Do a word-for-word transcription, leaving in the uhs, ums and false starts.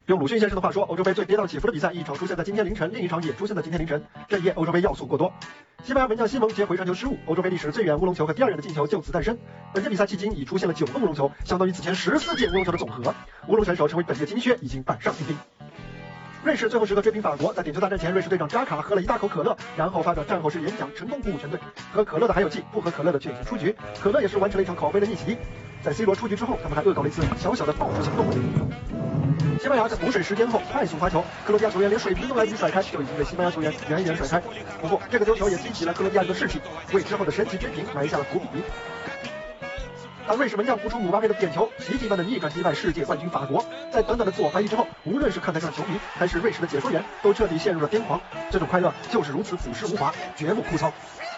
用鲁迅先生的话说，欧洲杯最跌宕起伏的比赛，一场出现在今天凌晨，另一场也出现在今天凌晨。这一夜欧洲杯要素过多。西班牙门将西蒙接回传球失误，欧洲杯历史最远乌龙球和第二远的进球就此诞生。本届比赛迄今已出现了九个乌龙球，相当于此前十四届乌龙球的总和。乌龙选手成为本届金靴已经板上钉钉。瑞士最后时刻追平法国，在点球大战前，瑞士队长扎卡喝了一大口可乐，然后发表战后式演讲，成功鼓舞全队。喝可乐的还有气，不喝可乐的却已经出局。可乐也是完成了一场口碑的逆袭。在 C 罗出局之后，他们还恶搞了一次小小的报复行动。西班牙在补水时间后快速发球，克罗地亚球员连水瓶都来不及甩开，就已经被西班牙球员远远甩开。不过这个丢球也激起了克罗地亚人的士气，为之后的神奇追平埋下了伏笔。当瑞士门将扑出姆巴佩的点球，奇迹般的逆转击败世界冠军法国。在短短的自我怀疑之后，无论是看台上的球迷，还是瑞士的解说员，都彻底陷入了癫狂。这种快乐就是如此朴实无华，绝不枯燥。